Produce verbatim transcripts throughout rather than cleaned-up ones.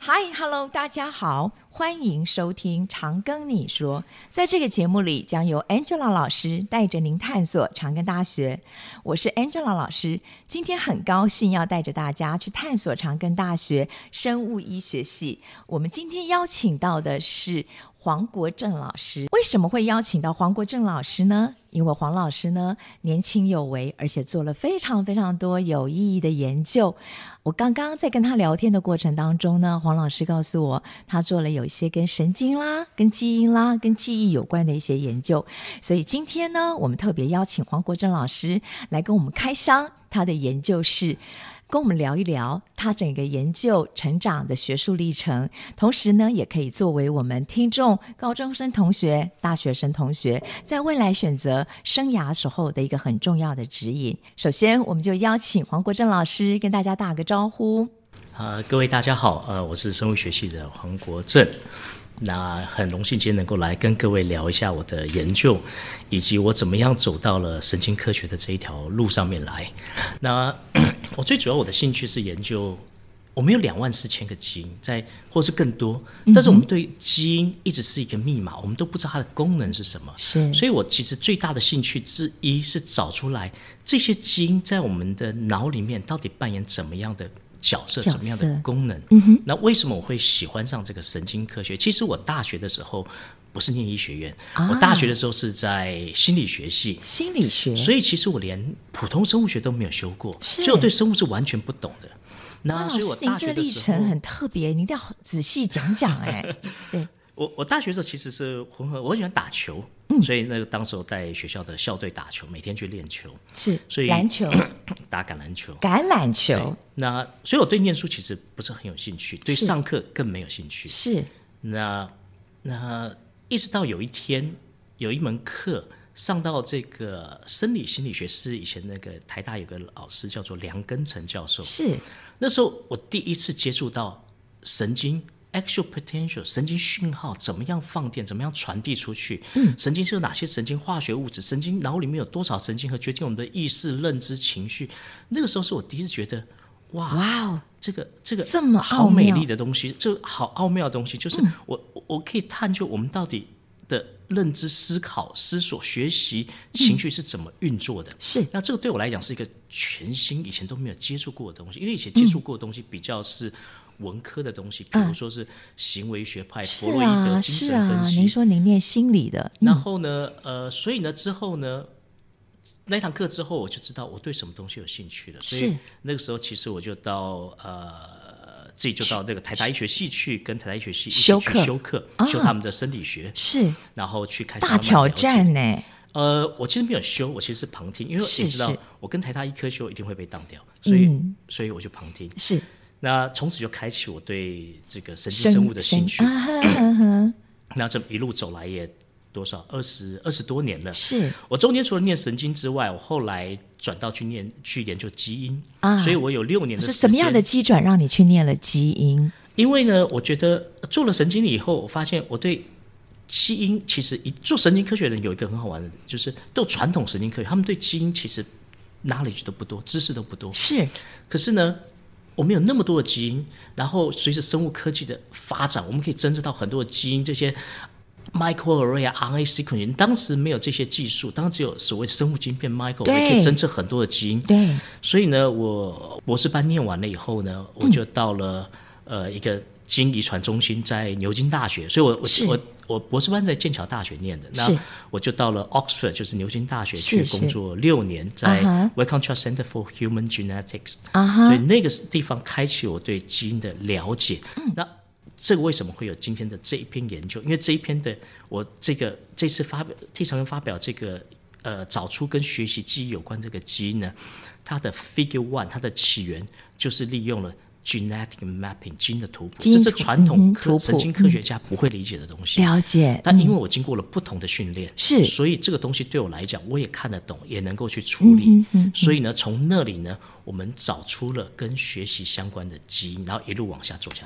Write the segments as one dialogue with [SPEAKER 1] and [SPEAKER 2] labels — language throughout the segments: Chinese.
[SPEAKER 1] Hi, Hello， 大家好，欢迎收听长庚你说。在这个节目里，将由 Angela 老师带着您探索长庚大学。我是 Angela 老师，今天很高兴要带着大家去探索长庚大学生物医学系。我们今天邀请到的是黄国正老师。为什么会邀请到黄国正老师呢？因为黄老师呢年轻有为，而且做了非常非常多有意义的研究。我刚刚在跟他聊天的过程当中呢，黄老师告诉我他做了有一些跟神经啦、跟基因啦、跟记忆有关的一些研究。所以今天呢，我们特别邀请黄国正老师来跟我们开箱他的研究室，跟我们聊一聊他整个研究成长的学术历程，同时呢也可以作为我们听众高中生同学、大学生同学在未来选择生涯时候的一个很重要的指引。首先我们就邀请黄国正老师跟大家打个招呼。
[SPEAKER 2] 呃、各位大家好，呃，我是生物学系的黄国正。那很荣幸今天能够来跟各位聊一下我的研究，以及我怎么样走到了神经科学的这一条路上面来。那我最主要我的兴趣是研究，我们有两万四千个基因，在或是更多，但是我们对基因一直是一个密码，我们都不知道它的功能是什么。
[SPEAKER 1] 是，
[SPEAKER 2] 所以我其实最大的兴趣之一是找出来这些基因在我们的脑里面到底扮演怎么样的角色，怎么样的功能、嗯、那为什么我会喜欢上这个神经科学？其实我大学的时候不是念医学院、啊、我大学的时候是在心理学系。
[SPEAKER 1] 心理学，
[SPEAKER 2] 所以其实我连普通生物学都没有修过，所以我对生物是完全不懂的。那所以我大学的时候，您这个历
[SPEAKER 1] 程很特别，你一定要仔细讲讲哎。对，
[SPEAKER 2] 我我大学的时候其实是混合，我很喜欢打球，嗯、所以那个当时我在学校的校队打球，每天去练球，
[SPEAKER 1] 是，
[SPEAKER 2] 所以
[SPEAKER 1] 篮球
[SPEAKER 2] 打橄榄球，
[SPEAKER 1] 橄榄球。
[SPEAKER 2] 那所以我对念书其实不是很有兴趣，对上课更没有兴趣。
[SPEAKER 1] 是，
[SPEAKER 2] 那那一直到有一天有一门课上到这个生理心理学，是以前那个台大有个老师叫做梁根成教授，
[SPEAKER 1] 是
[SPEAKER 2] 那时候我第一次接触到神经 actual potential 神经讯号怎么样放电，怎么样传递出去、嗯、神经是有哪些神经化学物质，神经脑里面有多少神经核决定我们的意识、认知、情绪。那个时候是我第一次觉得哇哇哦，这个这个
[SPEAKER 1] 这么
[SPEAKER 2] 好美丽的东西，这个好奥妙的东西，就是我、嗯、我可以探究我们到底的认知、思考、思索、学习、情绪是怎么运作的、嗯、是。那这个对我来讲是一个全新以前都没有接触过的东西，因为以前接触过的东西比较是文科的东西，比如说是行为学派、弗洛伊德精神分析。
[SPEAKER 1] 是啊，您说您念心理的、
[SPEAKER 2] 嗯、然后呢呃，所以呢之后呢那一堂课之后我就知道我对什么东西有兴趣了，所以那个时候其实我就到呃自己就到那个台大医学系去跟台大医学系一起去修课、啊、修他们的生理学，是，然后去开始
[SPEAKER 1] 大挑战呢。
[SPEAKER 2] 呃，我其实没有修，我其实是旁听，因为你知道我跟台大医科修一定会被当掉，所以、嗯、所以我就旁听。是，那从此就开启我对这个神经生物的兴趣。啊、呵呵呵那这一路走来也多少二十二十多年了。是，我中间除了念神经之外，我后来转到去念去研究基因、啊、所以我有六年的时间。
[SPEAKER 1] 是怎么样的机转让你去念了基因？
[SPEAKER 2] 因为呢，我觉得做了神经以后，我发现我对基因其实一做神经科学的人有一个很好玩的，就是都传统神经科学，他们对基因其实 knowledge 都不多，知识都不多。是，可是呢，我们有那么多的基因，然后随着生物科技的发展，我们可以侦测到很多的基因，这些 microarray 啊 R N A sequencing， 当时没有这些技术，当时只有所谓生物基因变 micro， 我们可以侦测很多的基因。对，所以呢，我博士班念完了以后呢，我就到了、嗯、呃一个基因遗传中心，在牛津大学，所以我我我我博士班在剑桥大学念的，那我就到了 Oxford， 就是牛津大学去工作六年，在 Wellcome Trust Center for Human Genetics，、uh-huh、所以那个地方开启我对基因的了解。嗯、那这个为什么会有今天的这一篇研究？因为这一篇的我这个这次发表替长庚发表这个呃找出跟学习记忆有关这个基因呢，它的 Figure One 它的起源就是利用了genetic mapping 基因的图谱，这是传统科、嗯、神经科学家不会理解的东西。了解，但因为我经过了不同的训练，是、嗯，所以这个东西对我来讲，我也看得懂，也能够去处理。嗯嗯嗯、所以呢，从那里呢，我们找出了跟学习相关的基因，然后一路往下做下去。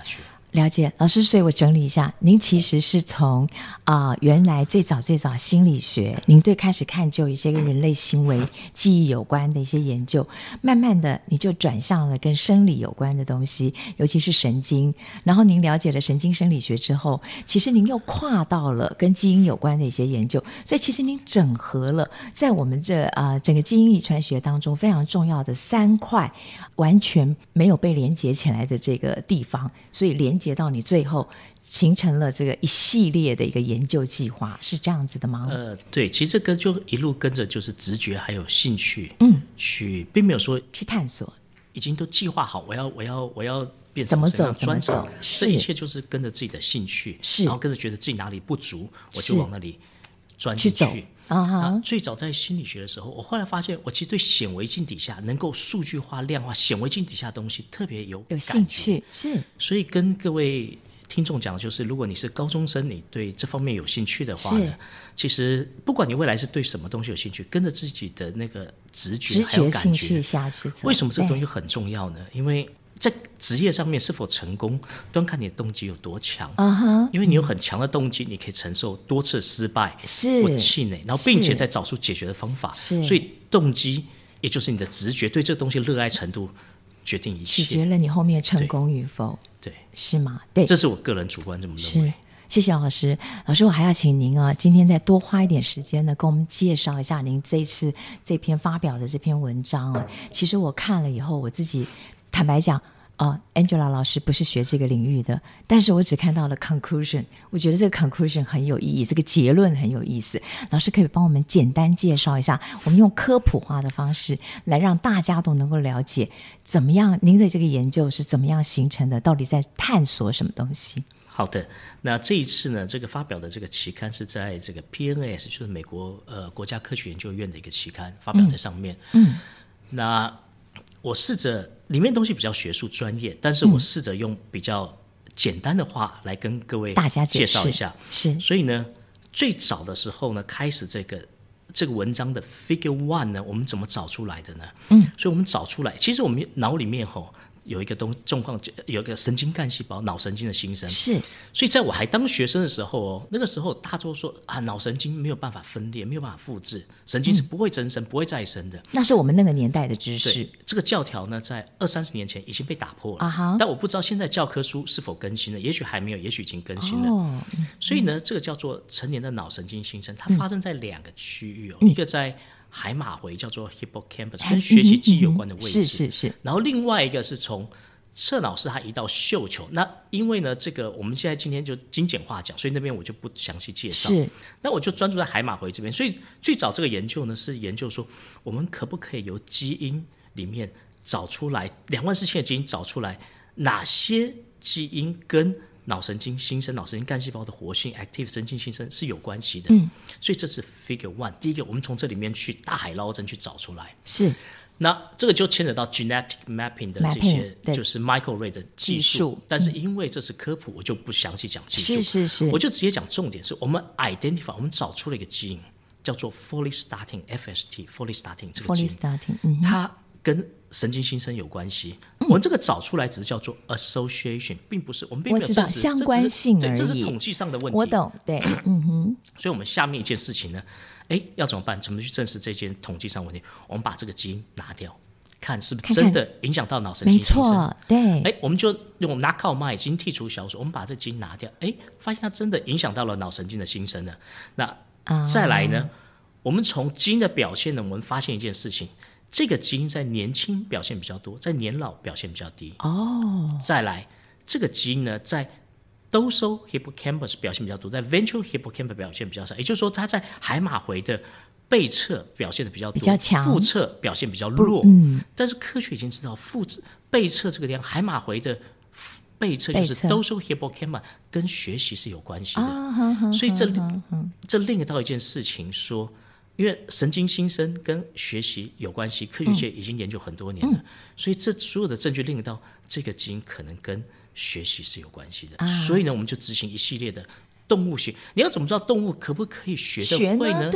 [SPEAKER 1] 了解，老师，所以我整理一下，您其实是从啊、呃、原来最早最早心理学，您对开始探究一些跟人类行为、记忆有关的一些研究，慢慢的你就转向了跟生理有关的东西，尤其是神经。然后您了解了神经生理学之后，其实您又跨到了跟基因有关的一些研究，所以其实您整合了在我们这啊、呃、整个基因遗传学当中非常重要的三块完全没有被连接起来的这个地方，所以连接到你最后形成了这个一系列的一个研究计划，是这样子的吗？
[SPEAKER 2] 呃，对，其实这个就一路跟着就是直觉还有兴趣，
[SPEAKER 1] 嗯，
[SPEAKER 2] 去，并没有说
[SPEAKER 1] 去探索，
[SPEAKER 2] 已经都计划好，我要我要我要变成
[SPEAKER 1] 怎么
[SPEAKER 2] 什样
[SPEAKER 1] 走怎么
[SPEAKER 2] 专长
[SPEAKER 1] 走，是
[SPEAKER 2] 这一切就是跟着自己的兴趣，
[SPEAKER 1] 是
[SPEAKER 2] 然后跟着觉得自己哪里不足，我就是往那里钻
[SPEAKER 1] 去走
[SPEAKER 2] 进去。
[SPEAKER 1] 啊哈
[SPEAKER 2] 那最早在心理学的时候，我后来发现，我其实对显微镜底下能够数据化、量化显微镜底下的东西特别有
[SPEAKER 1] 有
[SPEAKER 2] 感觉
[SPEAKER 1] 兴趣，是
[SPEAKER 2] 所以跟各位听众讲，就是如果你是高中生，你对这方面有兴趣的话呢，其实不管你未来是对什么东西有兴趣，跟着自己的那个直觉
[SPEAKER 1] 直觉
[SPEAKER 2] 还有感觉
[SPEAKER 1] 兴趣下去走。
[SPEAKER 2] 为什么这个东西
[SPEAKER 1] 对
[SPEAKER 2] 很重要呢？因为在职业上面是否成功，端看你的动机有多强。
[SPEAKER 1] 啊哈，
[SPEAKER 2] 因为你有很强的动机，你可以承受多次失败，
[SPEAKER 1] 是
[SPEAKER 2] 不气馁，然后并且
[SPEAKER 1] 是
[SPEAKER 2] 再找出解决的方法。
[SPEAKER 1] 是
[SPEAKER 2] 所以动机也就是你的直觉，对这个东西热爱程度决定一
[SPEAKER 1] 取
[SPEAKER 2] 切。
[SPEAKER 1] 决了你后面成功与否，
[SPEAKER 2] 对，
[SPEAKER 1] 是吗？对，
[SPEAKER 2] 这是我个人主观这么认
[SPEAKER 1] 是
[SPEAKER 2] 为。，
[SPEAKER 1] 谢谢老师。老师，我还要请您啊，今天再多花一点时间呢，跟我们介绍一下您这一次这篇发表的这篇文章啊。其实我看了以后，我自己坦白讲。哦、uh, Angela 老师不是学这个领域的，但是我只看到了 conclusion， 我觉得这个 conclusion 很有意义，这个结论很有意思。老师可以帮我们简单介绍一下，我们用科普化的方式来让大家都能够了解，怎么样您的这个研究是怎么样形成的，到底在探索什么东西？
[SPEAKER 2] 好的，那这一次呢，这个发表的这个期刊是在这个 P N S， 就是美国呃国家科学研究院的一个期刊发表在上面。
[SPEAKER 1] 嗯，嗯
[SPEAKER 2] 那我试着里面东西比较学术专业，但是我试着用比较简单的话来跟各位
[SPEAKER 1] 大家解释
[SPEAKER 2] 介绍一下。
[SPEAKER 1] 是，
[SPEAKER 2] 所以呢，最早的时候呢，开始这个这个文章的 Figure One 呢，我们怎么找出来的呢？
[SPEAKER 1] 嗯，
[SPEAKER 2] 所以我们找出来，其实我们脑里面吼。有一个东状况，有一个神经干细胞，脑神经的新生。
[SPEAKER 1] 是，
[SPEAKER 2] 所以在我还当学生的时候哦，那个时候大家都说啊，脑神经没有办法分裂，没有办法复制，神经是不会增生、嗯、不会再生的。
[SPEAKER 1] 那是我们那个年代的知识。
[SPEAKER 2] 对，这个教条呢，在二三十年前已经被打破了。
[SPEAKER 1] 啊哈，
[SPEAKER 2] 但我不知道现在教科书是否更新了，也许还没有，也许已经更新了。
[SPEAKER 1] 哦，
[SPEAKER 2] 所以呢，这个叫做成年的脑神经新生，它发生在两个区域哦，
[SPEAKER 1] 嗯、
[SPEAKER 2] 一个在海马回叫做 hippocampus， 跟学习记忆有关的位置。
[SPEAKER 1] 嗯嗯、是是是。
[SPEAKER 2] 然后另外一个是从侧脑室它移到嗅球，那因为呢，这个我们现在今天就精简化讲，所以那边我就不详细介绍。
[SPEAKER 1] 是，
[SPEAKER 2] 那我就专注在海马回这边。所以最早这个研究呢，是研究说我们可不可以由基因里面找出来两万四千个基因找出来哪些基因跟脑神经新生、脑神经干细胞的活性 （active 神经新生）是有关系的。嗯，所以这是 Figure One。第一个，我们从这里面去大海捞针去找出来。
[SPEAKER 1] 是。
[SPEAKER 2] 那这个就牵扯到 genetic mapping 的这些，就是 Michael Ray 的技术，但是因为这是科普，我就不详细讲技术，
[SPEAKER 1] 是是是，
[SPEAKER 2] 我就直接讲重点，是我们 identify， 我们找出了一个基因，叫做 follistatin F S T follistatin 这个基因，
[SPEAKER 1] follistatin，嗯、
[SPEAKER 2] 它跟神经新生有关系。嗯、我们这个找出来只是叫做 association， 并不是我们并没有证实
[SPEAKER 1] 相关性而已，
[SPEAKER 2] 这是统计上的问题。
[SPEAKER 1] 我懂，对，嗯哼。
[SPEAKER 2] 所以我们下面一件事情呢？哎，要怎么办？怎么去证实这件统计上问题？我们把这个基因拿掉，看是不是真的影响到脑神经新生。
[SPEAKER 1] 没错，对。
[SPEAKER 2] 哎，我们就用 knockout mouse 已经剔除小鼠，我们把这基因拿掉，哎，发现它真的影响到了脑神经的新生了。那、啊、再来呢？我们从基因的表现呢，我们发现一件事情：这个基因在年轻表现比较多，在年老表现比较低。
[SPEAKER 1] 哦。
[SPEAKER 2] 再来，这个基因呢，在dorsal hippocampus 表现比较多，在 ventral hippocampus 表现比较少，也就是说，它在海马回的背侧表现的比较多，
[SPEAKER 1] 比较强，
[SPEAKER 2] 腹侧表现比较弱。
[SPEAKER 1] 嗯，
[SPEAKER 2] 但是科学已经知道，腹背侧这个地方，海马回的背侧就是 dorsal hippocampus 跟学习是有关系的。
[SPEAKER 1] 啊、呵呵
[SPEAKER 2] 所以这
[SPEAKER 1] 呵呵
[SPEAKER 2] 这另到一件事情说，因为神经新生跟学习有关系，科学界已经研究很多年了，嗯、所以这所有的证据令到这个基因可能跟学习是有关系的，啊、所以呢，我们就执行一系列的动物学。你要怎么知道动物可不可以学得会呢？
[SPEAKER 1] 对呀、啊，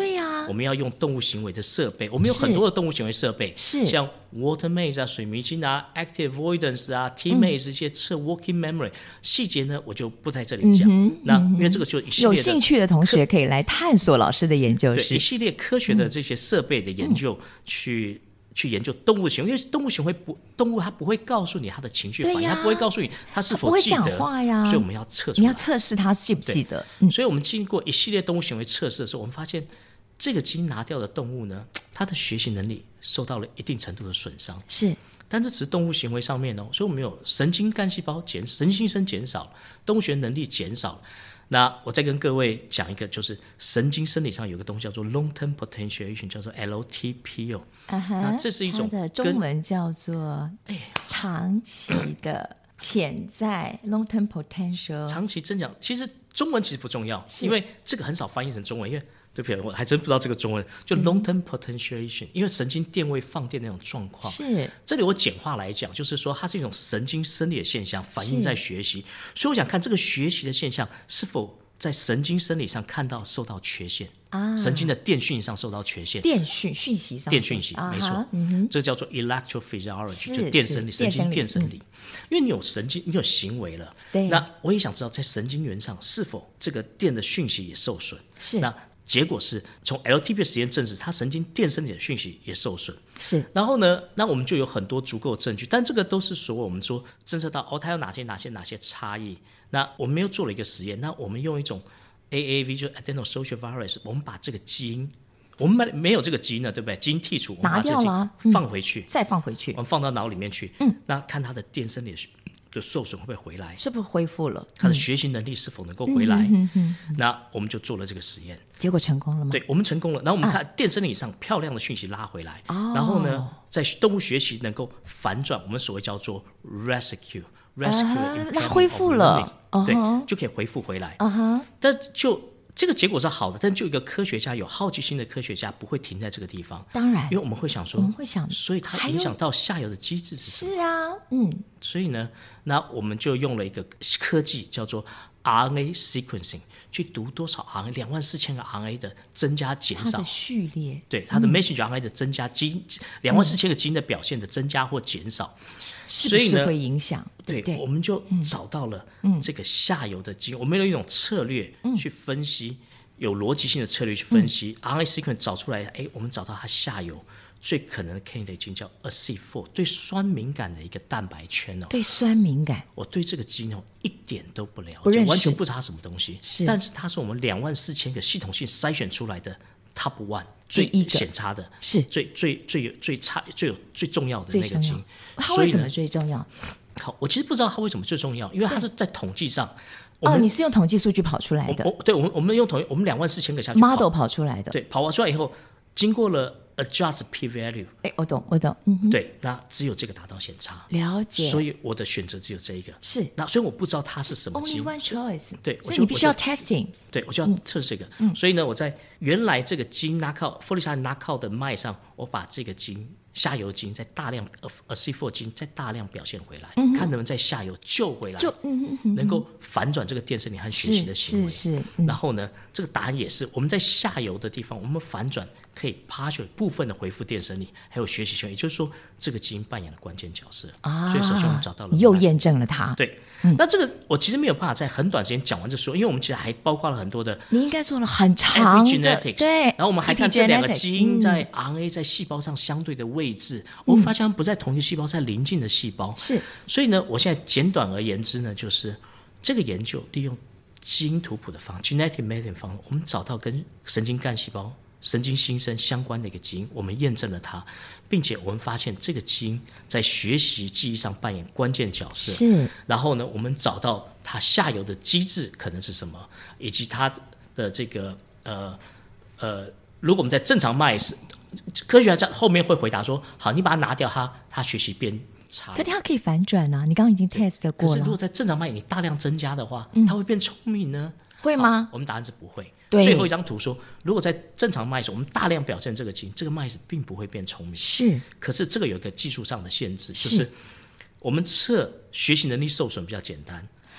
[SPEAKER 1] 啊，
[SPEAKER 2] 我们要用动物行为的设备，我们有很多的动物行为设备，
[SPEAKER 1] 是
[SPEAKER 2] 像 Water Maze 啊、水迷津啊、Active Avoidance 啊、T Maze 这些测 Working Memory，细节呢我就不在这里讲。
[SPEAKER 1] 嗯、
[SPEAKER 2] 那因为这个就一系列的
[SPEAKER 1] 有兴趣的同学可以来探索老师的研究室，
[SPEAKER 2] 对一系列科学的这些设备的研究去。嗯去研究动物行为，因为动物行为不，动物它不会告诉你它的情绪反应，它不会告诉你它是否记得，
[SPEAKER 1] 它不会讲话呀，
[SPEAKER 2] 所以我们要测出来，
[SPEAKER 1] 你要测试它记不记得。嗯、
[SPEAKER 2] 所以我们经过一系列动物行为测试的时候，我们发现这个基因拿掉的动物呢，它的学习能力受到了一定程度的损伤。
[SPEAKER 1] 是，
[SPEAKER 2] 但这只是动物行为上面哦，所以我们有神经干细胞减，神经新生减少，动物学能力减少。那我再跟各位讲一个，就是神经生理上有个东西叫做 long-term potentiation， 叫做 L T P 哦。
[SPEAKER 1] Uh huh,
[SPEAKER 2] 那这是一种
[SPEAKER 1] 它的中文叫做长期的潜在 long-term potential。
[SPEAKER 2] 长期增长，其实中文其实不重要，因为这个很少翻译成中文，因为。对不起，我还真不知道这个中文，就 long-term potentiation，、嗯、因为神经电位放电那种状况。
[SPEAKER 1] 是，
[SPEAKER 2] 这里我简化来讲，就是说它是一种神经生理的现象，反映在学习。所以我想看这个学习的现象是否在神经生理上看到受到缺陷，啊、神经的电讯上受到缺陷，
[SPEAKER 1] 电讯讯息上，
[SPEAKER 2] 电讯息、啊、没错，嗯、这叫做 electrophysiology， 就电生理，神经电生理。嗯、因为你有神经，你有行为了，那我也想知道在神经元上是否这个电的讯息也受损。
[SPEAKER 1] 是，
[SPEAKER 2] 那结果是从 L T P 的实验证实，它神经电生理的讯息也受损。
[SPEAKER 1] 是，
[SPEAKER 2] 然后呢，那我们就有很多足够的证据，但这个都是说我们说侦测到哦，它有哪些哪些哪些差异。那我们又做了一个实验，那我们用一种 A A V 就是 Adenosocial Virus， 我们把这个基因，我们没有这个基因了，对不对？基因剔除，我们把这个基因放回去，
[SPEAKER 1] 嗯、再放回去，
[SPEAKER 2] 我们放到脑里面去，嗯，那看它的电生理的的受损会不会回来？
[SPEAKER 1] 是不是恢复了？
[SPEAKER 2] 他的学习能力是否能够回来？嗯嗯嗯、那我们就做了这个实验，
[SPEAKER 1] 结果成功了吗？
[SPEAKER 2] 对，我们成功了。然后我们看电生理上漂亮的讯息拉回来，啊、然后呢，在动物学习能够反转，我们所谓叫做 rescue rescue，、啊、
[SPEAKER 1] 那恢复了，
[SPEAKER 2] uh-huh. 对，就可以恢复回来。
[SPEAKER 1] Uh-huh.
[SPEAKER 2] 但就这个结果是好的，但就一个科学家有好奇心的科学家不会停在这个地方。
[SPEAKER 1] 当然，
[SPEAKER 2] 因为我们会想说，
[SPEAKER 1] 我们会想，
[SPEAKER 2] 所以它影响到下游的机制是什么？
[SPEAKER 1] 是啊，嗯。
[SPEAKER 2] 所以呢，那我们就用了一个科技叫做 R N A sequencing， 去读多少 R N A， 两万四千个 R N A 的增加减少，
[SPEAKER 1] 它的序列，
[SPEAKER 2] 对它的 messenger R N A 的增加，基因两万四千个基因的表现的增加或减少。
[SPEAKER 1] 是不是会影响？
[SPEAKER 2] 对，
[SPEAKER 1] 对，
[SPEAKER 2] 我们就找到了这个下游的基因。嗯、我们有一种策略去分析，嗯、有逻辑性的策略去分析、嗯、R N A sequence 找出来，哎，我们找到它下游最可能的 candidate 基因叫 A C E 四， 对酸敏感的一个蛋白圈哦。
[SPEAKER 1] 对酸敏感，
[SPEAKER 2] 我对这个基因哦一点都不了解，
[SPEAKER 1] 不认识，
[SPEAKER 2] 完全不知道它什么东西。
[SPEAKER 1] 是，
[SPEAKER 2] 但是它是我们两万四千个系统性筛选出来的 top one。最显差的，
[SPEAKER 1] 是
[SPEAKER 2] 最最最有最差最有最重要的那个基因。
[SPEAKER 1] 它为什么最重要？
[SPEAKER 2] 好，我其实不知道它为什么最重要，因为它是在统计上。
[SPEAKER 1] 哦，你是用统计数据跑出来的？
[SPEAKER 2] 对，我们我们用统计，我们两万四千个下去
[SPEAKER 1] model 跑出来的。
[SPEAKER 2] 对，跑出来以后，经过了 adjust p value。
[SPEAKER 1] 哎，我懂，我懂。
[SPEAKER 2] 嗯，对，那只有这个达到显差。
[SPEAKER 1] 了解。
[SPEAKER 2] 所以我的选择只有这一个。
[SPEAKER 1] 是。
[SPEAKER 2] 那所以我不知道它是什么基因。
[SPEAKER 1] Only one choice。
[SPEAKER 2] 对，
[SPEAKER 1] 所以你必须要 testing。
[SPEAKER 2] 对，我就要测试这个。嗯。所以呢，我在原来这个基因 knockout 弗利萨 knockout 的麦上，我把这个基因下游基因在大量 A C E 四 基因在大量表现回来，嗯、看能不能在下游救回来，
[SPEAKER 1] 就、嗯嗯、
[SPEAKER 2] 能够反转这个电生理和学习的行为。
[SPEAKER 1] 是是是、嗯。
[SPEAKER 2] 然后呢，这个答案也是我们在下游的地方，我们反转可以 partial 部分的恢复电生理，还有学习行为，也就是说，这个基因扮演了关键角色。
[SPEAKER 1] 啊，
[SPEAKER 2] 所以首先我们找到了，
[SPEAKER 1] 又验证了它。
[SPEAKER 2] 对、嗯，那这个我其实没有办法在很短时间讲完这说，因为我们其实还包括了很多的，
[SPEAKER 1] 你应该做了很长的
[SPEAKER 2] epigenetics，
[SPEAKER 1] 对，
[SPEAKER 2] 然后我们还看这两个基因在 R N A 在细胞上相对的位置，嗯、我发现它不在同一个细胞，在邻近的细胞。
[SPEAKER 1] 是，
[SPEAKER 2] 所以呢，我现在简短而言之呢，就是这个研究利用基因图谱的方 genetic mapping 方，我们找到跟神经干细胞、神经新生相关的一个基因，我们验证了它，并且我们发现这个基因在学习记忆上扮演关键角色。
[SPEAKER 1] 是，然
[SPEAKER 2] 后呢，我们找到它下游的机制可能是什么，以及它的这个呃呃，如果我们在正常麦是。科学家后面会回答说：“好，你把它拿掉，它它学习变差。
[SPEAKER 1] 可是它可以反转啊！你刚刚已经 test 过了。
[SPEAKER 2] 可是如果在正常麦你大量增加的话，
[SPEAKER 1] 嗯、
[SPEAKER 2] 它会变聪明呢？
[SPEAKER 1] 会吗？
[SPEAKER 2] 我们答案是不会。
[SPEAKER 1] 对。
[SPEAKER 2] 最后一张图说，如果在正常麦子我们大量表现这个基因，这个麦子并不会变聪明。
[SPEAKER 1] 是。
[SPEAKER 2] 可是这个有一个技术上的限制，就是我们测学习能力受损比较简单。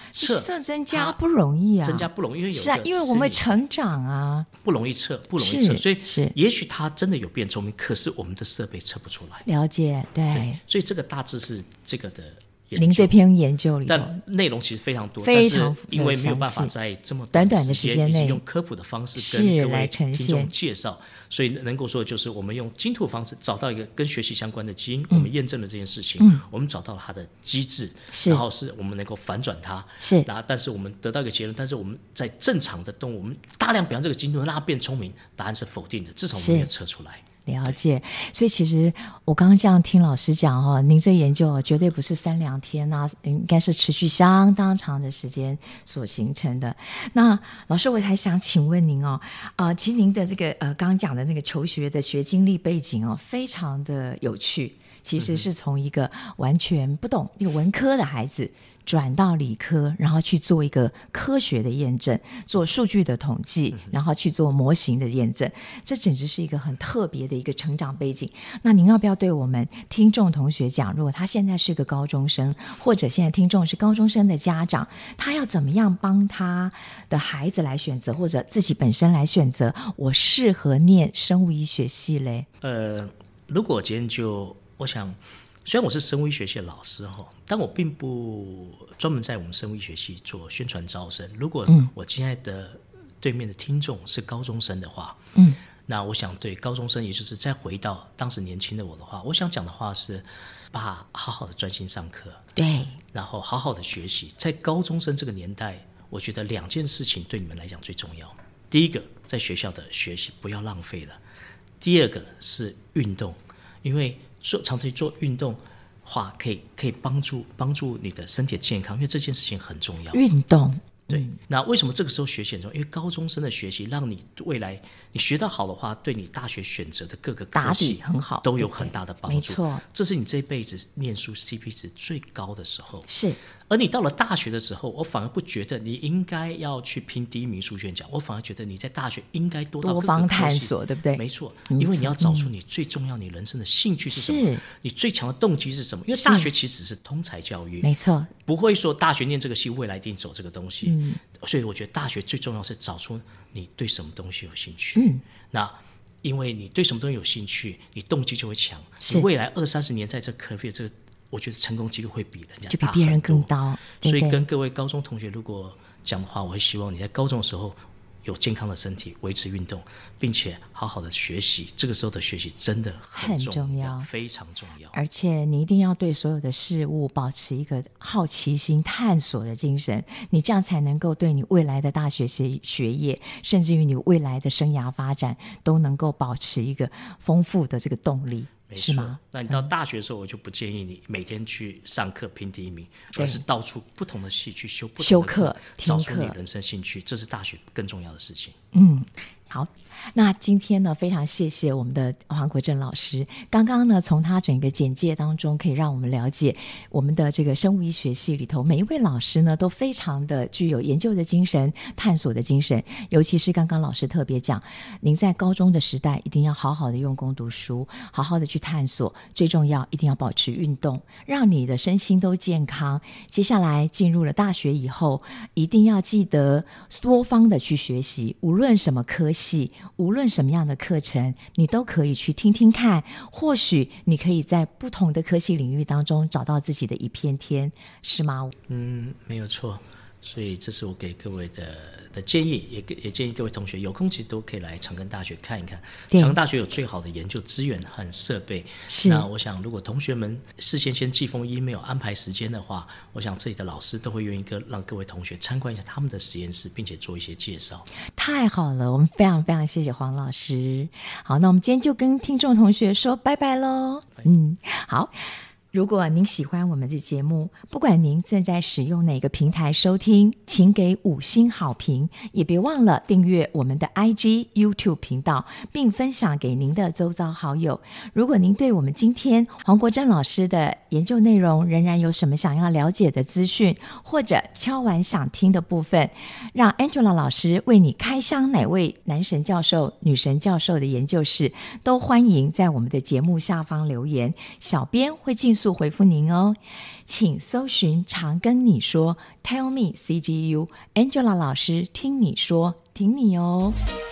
[SPEAKER 2] 测
[SPEAKER 1] 这增加不容易啊，
[SPEAKER 2] 增加不容易，因为有
[SPEAKER 1] 是啊，因为我们会成长啊，
[SPEAKER 2] 不容易测，不容易测，所以
[SPEAKER 1] 是
[SPEAKER 2] 也许他真的有变聪明，可是我们的设备测不出来。
[SPEAKER 1] 了解， 对，
[SPEAKER 2] 对，所以这个大致是这个的研究。
[SPEAKER 1] 您这篇研究里头，
[SPEAKER 2] 但内容其实非常多，
[SPEAKER 1] 非常
[SPEAKER 2] 但是因为没有办法在这么
[SPEAKER 1] 短短的时间内
[SPEAKER 2] 用科普的方式跟各位听
[SPEAKER 1] 现
[SPEAKER 2] 众介绍，所以能够说的就是我们用基因图方式找到一个跟学习相关的基因，嗯、我们验证了这件事情，嗯、我们找到了它的机制，然后是我们能够反转它，
[SPEAKER 1] 是，
[SPEAKER 2] 然后但是我们得到一个结论，但是我们在正常的动物，我们大量表扬这个基因图让它变聪明，答案是否定的，至少我们没有测出来。
[SPEAKER 1] 了解，所以其实我刚刚这样听老师讲哦，您这研究绝对不是三两天啊，应该是持续相当长的时间所形成的。那老师，我还想请问您哦，啊、呃，其实您的这个呃刚刚讲的那个求学的学经历背景哦，非常的有趣。其实是从一个完全不懂一个文科的孩子转到理科，然后去做一个科学的验证，做数据的统计，然后去做模型的验证，这简直是一个很特别的一个成长背景。那您要不要对我们听众同学讲，如果他现在是个高中生，或者现在听众是高中生的家长，他要怎么样帮他的孩子来选择，或者自己本身来选择我适合念生物医学系嘞？
[SPEAKER 2] 呃，如果今天就我想，虽然我是生物医学系的老师，但我并不专门在我们生物医学系做宣传招生。如果我今天的对面的听众是高中生的话，嗯，那我想对高中生，也就是再回到当时年轻的我的话，我想讲的话是，把好好的专心上课，
[SPEAKER 1] 对，
[SPEAKER 2] 然后好好的学习。在高中生这个年代，我觉得两件事情对你们来讲最重要。第一个，在学校的学习不要浪费了；第二个是运动，因为做长期做运动话可以可以帮助帮助你的身体的健康，因为这件事情很重要。
[SPEAKER 1] 运动，
[SPEAKER 2] 对、
[SPEAKER 1] 嗯，
[SPEAKER 2] 那为什么这个时候学习很重要？因为高中生的学习让你未来你学到好的话，对你大学选择的各个科系
[SPEAKER 1] 很好，
[SPEAKER 2] 都有很大的帮助。
[SPEAKER 1] 没错，
[SPEAKER 2] 这是你这辈子念书 C P 值最高的时候。
[SPEAKER 1] 是。
[SPEAKER 2] 而你到了大学的时候，我反而不觉得你应该要去拼第一名数学奖，我反而觉得你在大学应该多到各个
[SPEAKER 1] 多方探索，对不对？
[SPEAKER 2] 没错，因为你要找出你最重要你人生的兴趣是什么，
[SPEAKER 1] 是
[SPEAKER 2] 你最强的动机是什么。因为大学其实是通才教育，
[SPEAKER 1] 没错，
[SPEAKER 2] 不会说大学念这个系未来一定走这个东西。嗯，所以我觉得大学最重要是找出你对什么东西有兴趣。嗯，那因为你对什么东西有兴趣，你动机就会强，你未来二三十年在这科学这个。我觉得成功几率会比人家大很多，
[SPEAKER 1] 就比别人更高。对对，
[SPEAKER 2] 所以跟各位高中同学如果讲的话，我会希望你在高中的时候有健康的身体，维持运动，并且好好的学习。这个时候的学习真的很重要，
[SPEAKER 1] 很重要，
[SPEAKER 2] 非常重要。
[SPEAKER 1] 而且你一定要对所有的事物保持一个好奇心、探索的精神，你这样才能够对你未来的大学学学业，甚至于你未来的生涯发展，都能够保持一个丰富的这个动力。是吗？
[SPEAKER 2] 那你到大学的时候，我就不建议你每天去上课拼第一名，而是到处不同的系去修不同的课，找出你人生兴趣，这是大学更重要的事情。
[SPEAKER 1] 嗯。好，那今天呢，非常谢谢我们的黄国正老师。刚刚呢，从他整个简介当中，可以让我们了解我们的这个生物医学系里头，每一位老师呢，都非常的具有研究的精神、探索的精神。尤其是刚刚老师特别讲，您在高中的时代一定要好好的用功读书，好好的去探索，最重要一定要保持运动，让你的身心都健康。接下来进入了大学以后，一定要记得多方的去学习，无论什么科系。无论什么样的课程，你都可以去听听看，或许你可以在不同的科系领域当中找到自己的一片天，是吗？
[SPEAKER 2] 嗯，没有错。所以这是我给各位的的建议，也也建议各位同学有空其实都可以来长庚大学看一看。长庚大学有最好的研究资源和设备。
[SPEAKER 1] 是。
[SPEAKER 2] 那我想，如果同学们事先先寄封 email 安排时间的话，我想这里的老师都会愿意让各位同学参观一下他们的实验室，并且做一些介绍。
[SPEAKER 1] 太好了，我们非常非常谢谢黄老师。好，那我们今天就跟听众同学说拜拜咯。嗯，好。如果您喜欢我们的节目，不管您正在使用哪个平台收听，请给五星好评，也别忘了订阅我们的 I G、YouTube 频道，并分享给您的周遭好友。如果您对我们今天黄国正老师的研究内容仍然有什么想要了解的资讯，或者敲完想听的部分，让 Angela 老师为你开箱哪位男神教授、女神教授的研究室，都欢迎在我们的节目下方留言，小编会尽速回复您哦。请搜寻常跟你说 Tell me C G U Angela 老师听你说，听你哦。